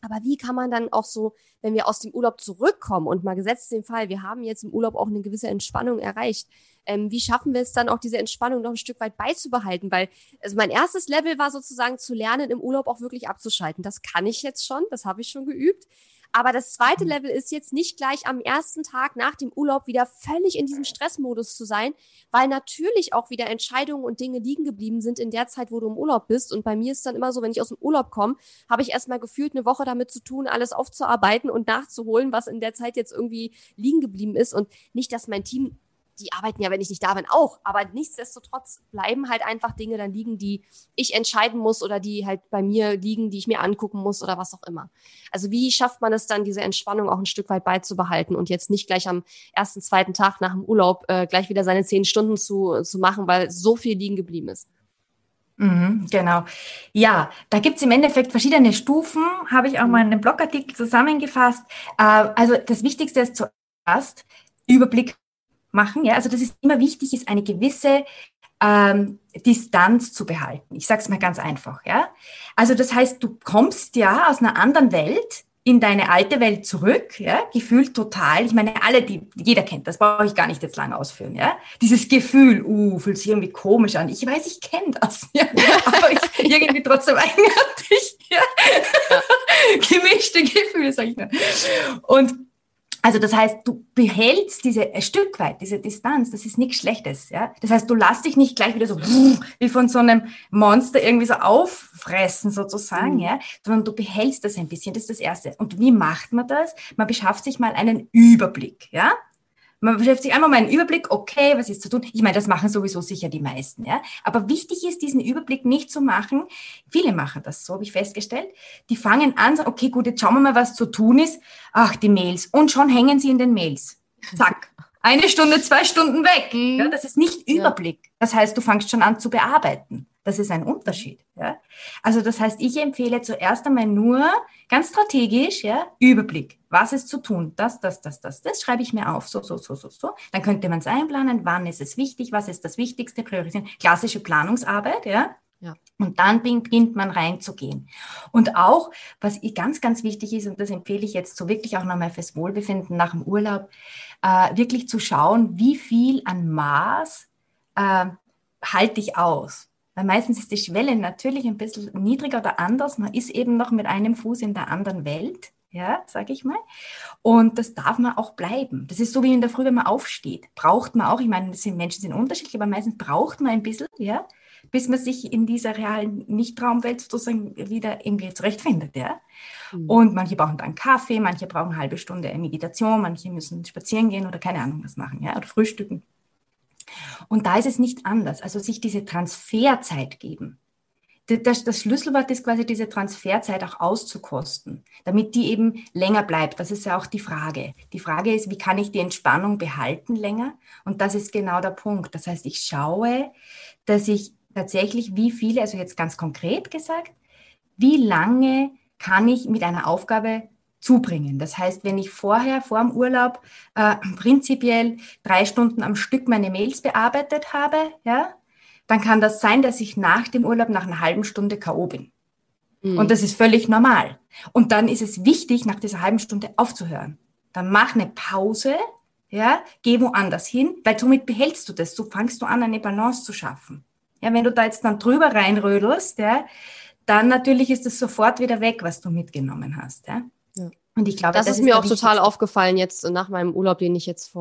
Speaker 1: Aber wie kann man dann auch so, wenn wir aus dem Urlaub zurückkommen und mal gesetzt den Fall, wir haben jetzt im Urlaub auch eine gewisse Entspannung erreicht, wie schaffen wir es dann auch, diese Entspannung noch ein Stück weit beizubehalten? Weil, also mein erstes Level war sozusagen zu lernen, im Urlaub auch wirklich abzuschalten. Das kann ich jetzt schon, das habe ich schon geübt. Aber das zweite Level ist jetzt nicht gleich am ersten Tag nach dem Urlaub wieder völlig in diesem Stressmodus zu sein, weil natürlich auch wieder Entscheidungen und Dinge liegen geblieben sind in der Zeit, wo du im Urlaub bist. Und bei mir ist dann immer so, wenn ich aus dem Urlaub komme, habe ich erstmal gefühlt eine Woche damit zu tun, alles aufzuarbeiten und nachzuholen, was in der Zeit jetzt irgendwie liegen geblieben ist. Und nicht, dass mein Team, die arbeiten ja, wenn ich nicht da bin, auch. Aber nichtsdestotrotz bleiben halt einfach Dinge dann liegen, die ich entscheiden muss oder die halt bei mir liegen, die ich mir angucken muss oder was auch immer. Also wie schafft man es dann, diese Entspannung auch ein Stück weit beizubehalten und jetzt nicht gleich am ersten, zweiten Tag nach dem Urlaub gleich wieder seine 10 Stunden zu machen, weil so viel liegen geblieben ist?
Speaker 2: Genau. Ja, da gibt's im Endeffekt verschiedene Stufen, habe ich auch mal in einem Blogartikel zusammengefasst. Also das Wichtigste ist zuerst Überblick machen. Ja, also das ist immer wichtig, ist eine gewisse Distanz zu behalten. Ich sage es mal ganz einfach. Ja, also das heißt, du kommst ja aus einer anderen Welt in deine alte Welt zurück, ja, gefühlt total. Ich meine, jeder kennt das, brauche ich gar nicht jetzt lange ausführen, ja. Dieses Gefühl, fühlt sich irgendwie komisch an. Ich weiß, ich kenne das, ja, aber irgendwie trotzdem eigenartig, ja. Gemischte Gefühle, sag ich mal. Und also das heißt, du behältst ein Stück weit diese Distanz, das ist nichts Schlechtes, ja. Das heißt, du lässt dich nicht gleich wieder so wie von so einem Monster irgendwie so auffressen sozusagen, ja, sondern du behältst das ein bisschen, das ist das Erste. Und wie macht man das? Man beschafft sich mal einen Überblick, ja. Man beschäftigt sich einmal mal einen Überblick, okay, was ist zu tun? Ich meine, das machen sowieso sicher die meisten, ja. Aber wichtig ist, diesen Überblick nicht zu machen. Viele machen das so, habe ich festgestellt. Die fangen an, sagen, okay, gut, jetzt schauen wir mal, was zu tun ist. Ach, die Mails. Und schon hängen sie in den Mails. Zack. 1 Stunde, 2 Stunden weg. Ja, das ist nicht Überblick. Das heißt, du fängst schon an zu bearbeiten. Das ist ein Unterschied. Ja? Also das heißt, ich empfehle zuerst einmal nur ganz strategisch, ja, Überblick. Was ist zu tun? Das schreibe ich mir auf. So. Dann könnte man es einplanen. Wann ist es wichtig? Was ist das Wichtigste? Priorisieren. Klassische Planungsarbeit, ja. Ja. Und dann beginnt man reinzugehen. Und auch, was ganz, ganz wichtig ist, und das empfehle ich jetzt so wirklich auch nochmal fürs Wohlbefinden nach dem Urlaub, wirklich zu schauen, wie viel an Maß halte ich aus. Weil meistens ist die Schwelle natürlich ein bisschen niedriger oder anders. Man ist eben noch mit einem Fuß in der anderen Welt, ja, sage ich mal. Und das darf man auch bleiben. Das ist so wie in der Früh, wenn man aufsteht. Braucht man auch, ich meine, Menschen sind unterschiedlich, aber meistens braucht man ein bisschen, ja, bis man sich in dieser realen Nicht-Traumwelt sozusagen wieder irgendwie zurechtfindet, ja. Und manche brauchen dann Kaffee, manche brauchen eine halbe Stunde Meditation, manche müssen spazieren gehen oder keine Ahnung was machen, ja, oder frühstücken. Und da ist es nicht anders. Also sich diese Transferzeit geben. Das Schlüsselwort ist quasi, diese Transferzeit auch auszukosten, damit die eben länger bleibt. Das ist ja auch die Frage. Die Frage ist, wie kann ich die Entspannung behalten länger? Und das ist genau der Punkt. Das heißt, ich schaue, dass ich tatsächlich also jetzt ganz konkret gesagt, wie lange kann ich mit einer Aufgabe zubringen. Das heißt, wenn ich vor dem Urlaub prinzipiell 3 Stunden am Stück meine Mails bearbeitet habe, ja, dann kann das sein, dass ich nach dem Urlaub nach einer halben Stunde K.O. bin. Und das ist völlig normal. Und dann ist es wichtig, nach dieser halben Stunde aufzuhören. Dann mach eine Pause, ja, geh woanders hin, weil somit behältst du das. So fangst du an, eine Balance zu schaffen. Ja, wenn du da jetzt dann drüber reinrödelst, ja, dann natürlich ist es sofort wieder weg, was du mitgenommen hast, ja.
Speaker 1: Ja.
Speaker 2: Und ich glaube,
Speaker 1: das ist mir auch total aufgefallen jetzt nach meinem Urlaub, den ich jetzt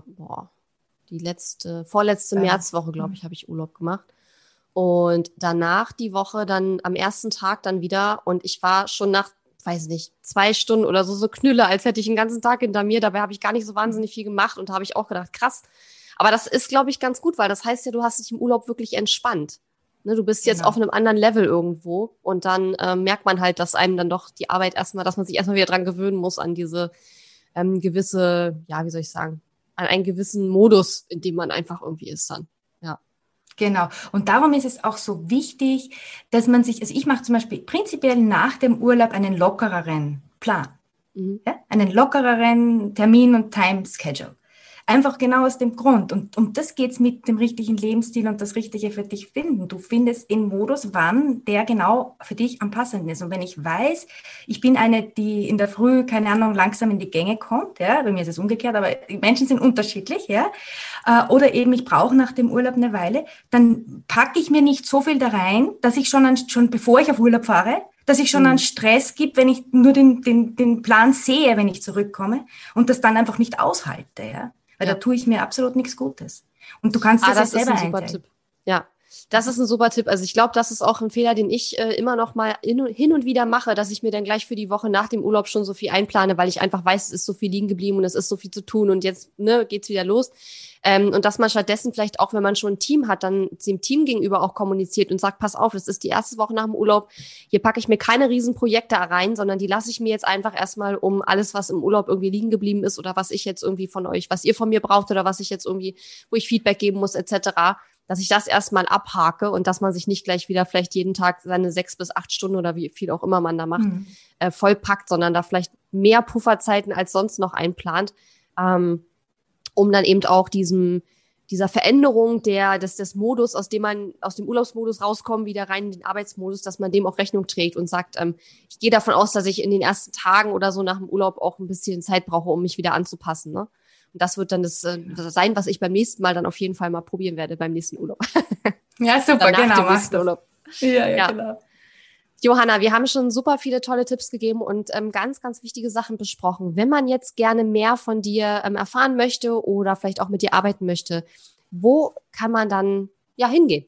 Speaker 1: vorletzte Märzwoche, glaube ich, habe ich Urlaub gemacht. Und danach die Woche dann am ersten Tag dann wieder und ich war schon nach, weiß nicht, 2 Stunden oder so Knülle, als hätte ich den ganzen Tag hinter mir. Dabei habe ich gar nicht so wahnsinnig viel gemacht und da habe ich auch gedacht, krass. Aber das ist, glaube ich, ganz gut, weil das heißt ja, du hast dich im Urlaub wirklich entspannt. Ne, du bist jetzt auf einem anderen Level irgendwo und dann merkt man halt, dass einem dann doch die Arbeit dass man sich erstmal wieder dran gewöhnen muss an diese gewisse, ja, wie soll ich sagen, an einen gewissen Modus, in dem man einfach irgendwie ist dann. Ja.
Speaker 2: Genau. Und darum ist es auch so wichtig, dass man sich, also ich mache zum Beispiel prinzipiell nach dem Urlaub einen lockereren Plan. Ja? Einen lockereren Termin- und Time-Schedule. Einfach genau aus dem Grund. Und um das geht's mit dem richtigen Lebensstil und das Richtige für dich finden. Du findest den Modus, wann der genau für dich am passenden ist. Und wenn ich weiß, ich bin eine, die in der Früh, keine Ahnung, langsam in die Gänge kommt, ja, bei mir ist es umgekehrt, aber die Menschen sind unterschiedlich, ja, oder eben ich brauche nach dem Urlaub eine Weile, dann packe ich mir nicht so viel da rein, dass ich schon bevor ich auf Urlaub fahre, dass ich schon einen Stress gibt, wenn ich nur den Plan sehe, wenn ich zurückkomme und das dann einfach nicht aushalte, ja. Weil da tue ich mir absolut nichts Gutes. Und du kannst das ja selber einteilen.
Speaker 1: Ja, das ist ein super Tipp. Also ich glaube, das ist auch ein Fehler, den ich immer noch mal hin und wieder mache, dass ich mir dann gleich für die Woche nach dem Urlaub schon so viel einplane, weil ich einfach weiß, es ist so viel liegen geblieben und es ist so viel zu tun und jetzt geht's wieder los. Und dass man stattdessen vielleicht auch, wenn man schon ein Team hat, dann dem Team gegenüber auch kommuniziert und sagt, pass auf, das ist die erste Woche nach dem Urlaub, hier packe ich mir keine Riesenprojekte rein, sondern die lasse ich mir jetzt einfach erstmal um alles, was im Urlaub irgendwie liegen geblieben ist oder was ich jetzt irgendwie von euch, was ihr von mir braucht oder was ich jetzt irgendwie, wo ich Feedback geben muss etc., dass ich das erstmal abhake und dass man sich nicht gleich wieder vielleicht jeden Tag seine 6 bis 8 Stunden oder wie viel auch immer man da macht, vollpackt, sondern da vielleicht mehr Pufferzeiten als sonst noch einplant, um dann eben auch dieser Veränderung des Modus, aus dem Urlaubsmodus rauskommt, wieder rein in den Arbeitsmodus, dass man dem auch Rechnung trägt und sagt, ich gehe davon aus, dass ich in den ersten Tagen oder so nach dem Urlaub auch ein bisschen Zeit brauche, um mich wieder anzupassen, ne? Und das wird dann das sein, was ich beim nächsten Mal dann auf jeden Fall mal probieren werde, beim nächsten Urlaub.
Speaker 2: Ja, super, genau.
Speaker 1: Dem nächsten Urlaub.
Speaker 2: Ja, genau.
Speaker 1: Johanna, wir haben schon super viele tolle Tipps gegeben und ganz, ganz wichtige Sachen besprochen. Wenn man jetzt gerne mehr von dir erfahren möchte oder vielleicht auch mit dir arbeiten möchte, wo kann man dann hingehen?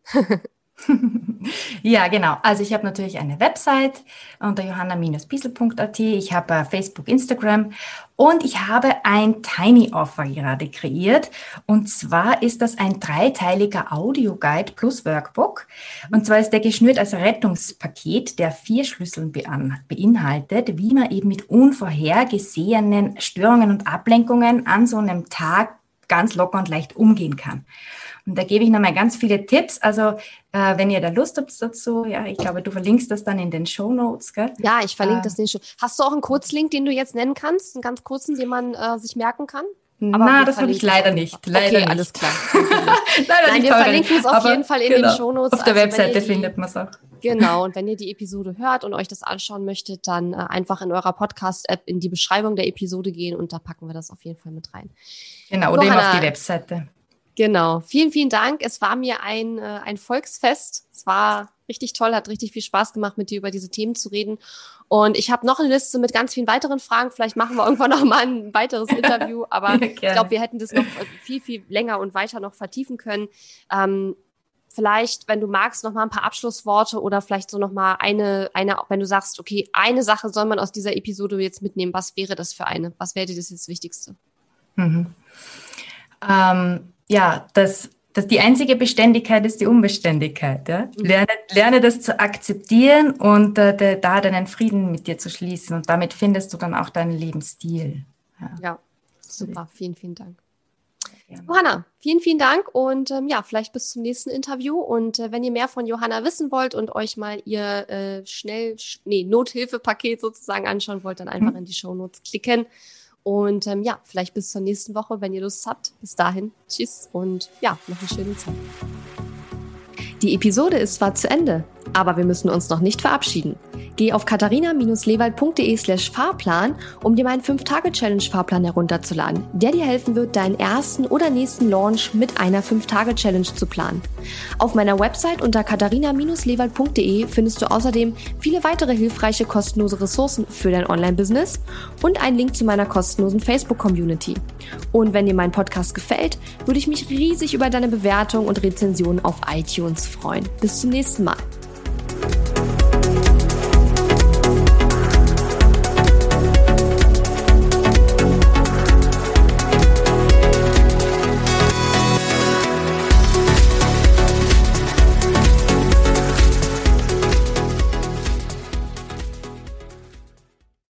Speaker 2: Ja, genau. Also ich habe natürlich eine Website unter johanna-piesel.at. Ich habe Facebook, Instagram und ich habe ein Tiny Offer gerade kreiert. Und zwar ist das ein 3-teiliger Audioguide plus Workbook. Und zwar ist der geschnürt als Rettungspaket, der 4 Schlüssel beinhaltet, wie man eben mit unvorhergesehenen Störungen und Ablenkungen an so einem Tag ganz locker und leicht umgehen kann. Und da gebe ich nochmal ganz viele Tipps. Also wenn ihr da Lust habt dazu, ja, ich glaube, du verlinkst das dann in den Shownotes, gell?
Speaker 1: Ja, ich verlinke das in den Shownotes. Hast du auch einen Kurzlink, den du jetzt nennen kannst? Einen ganz kurzen, den man sich merken kann?
Speaker 2: Aber das habe ich leider nicht.
Speaker 1: Okay, alles klar. Nein, wir verlinken es auf jeden Fall in den Shownotes.
Speaker 2: Auf der Webseite findet man es auch.
Speaker 1: Genau, und wenn ihr die Episode hört und euch das anschauen möchtet, dann einfach in eurer Podcast-App in die Beschreibung der Episode gehen und da packen wir das auf jeden Fall mit rein.
Speaker 2: Genau, oder eben auf die Webseite.
Speaker 1: Genau. Vielen, vielen Dank. Es war mir ein Volksfest. Es war richtig toll, hat richtig viel Spaß gemacht, mit dir über diese Themen zu reden. Und ich habe noch eine Liste mit ganz vielen weiteren Fragen. Vielleicht machen wir irgendwann noch mal ein weiteres Interview. Aber ich glaube, wir hätten das noch viel, viel länger und weiter noch vertiefen können. Vielleicht, wenn du magst, noch mal ein paar Abschlussworte oder vielleicht so noch mal eine, wenn du sagst, okay, eine Sache soll man aus dieser Episode jetzt mitnehmen. Was wäre das für eine? Was wäre dir das jetzt Wichtigste?
Speaker 2: Ja, dass die einzige Beständigkeit ist die Unbeständigkeit. Ja? Lerne das zu akzeptieren und da deinen Frieden mit dir zu schließen. Und damit findest du dann auch deinen Lebensstil.
Speaker 1: Ja, super. Vielen, vielen Dank. Johanna, vielen, vielen Dank und vielleicht bis zum nächsten Interview. Und wenn ihr mehr von Johanna wissen wollt und euch mal ihr Nothilfepaket sozusagen anschauen wollt, dann einfach in die Shownotes klicken. Und vielleicht bis zur nächsten Woche, wenn ihr Lust habt. Bis dahin, tschüss und noch eine schöne Zeit. Die Episode ist zwar zu Ende, aber wir müssen uns noch nicht verabschieden. Geh auf katharina-lewald.de/Fahrplan, um dir meinen 5-Tage-Challenge-Fahrplan herunterzuladen, der dir helfen wird, deinen ersten oder nächsten Launch mit einer 5-Tage-Challenge zu planen. Auf meiner Website unter katharina-lewald.de findest du außerdem viele weitere hilfreiche kostenlose Ressourcen für dein Online-Business und einen Link zu meiner kostenlosen Facebook-Community. Und wenn dir mein Podcast gefällt, würde ich mich riesig über deine Bewertung und Rezension auf iTunes freuen. Bis zum nächsten Mal.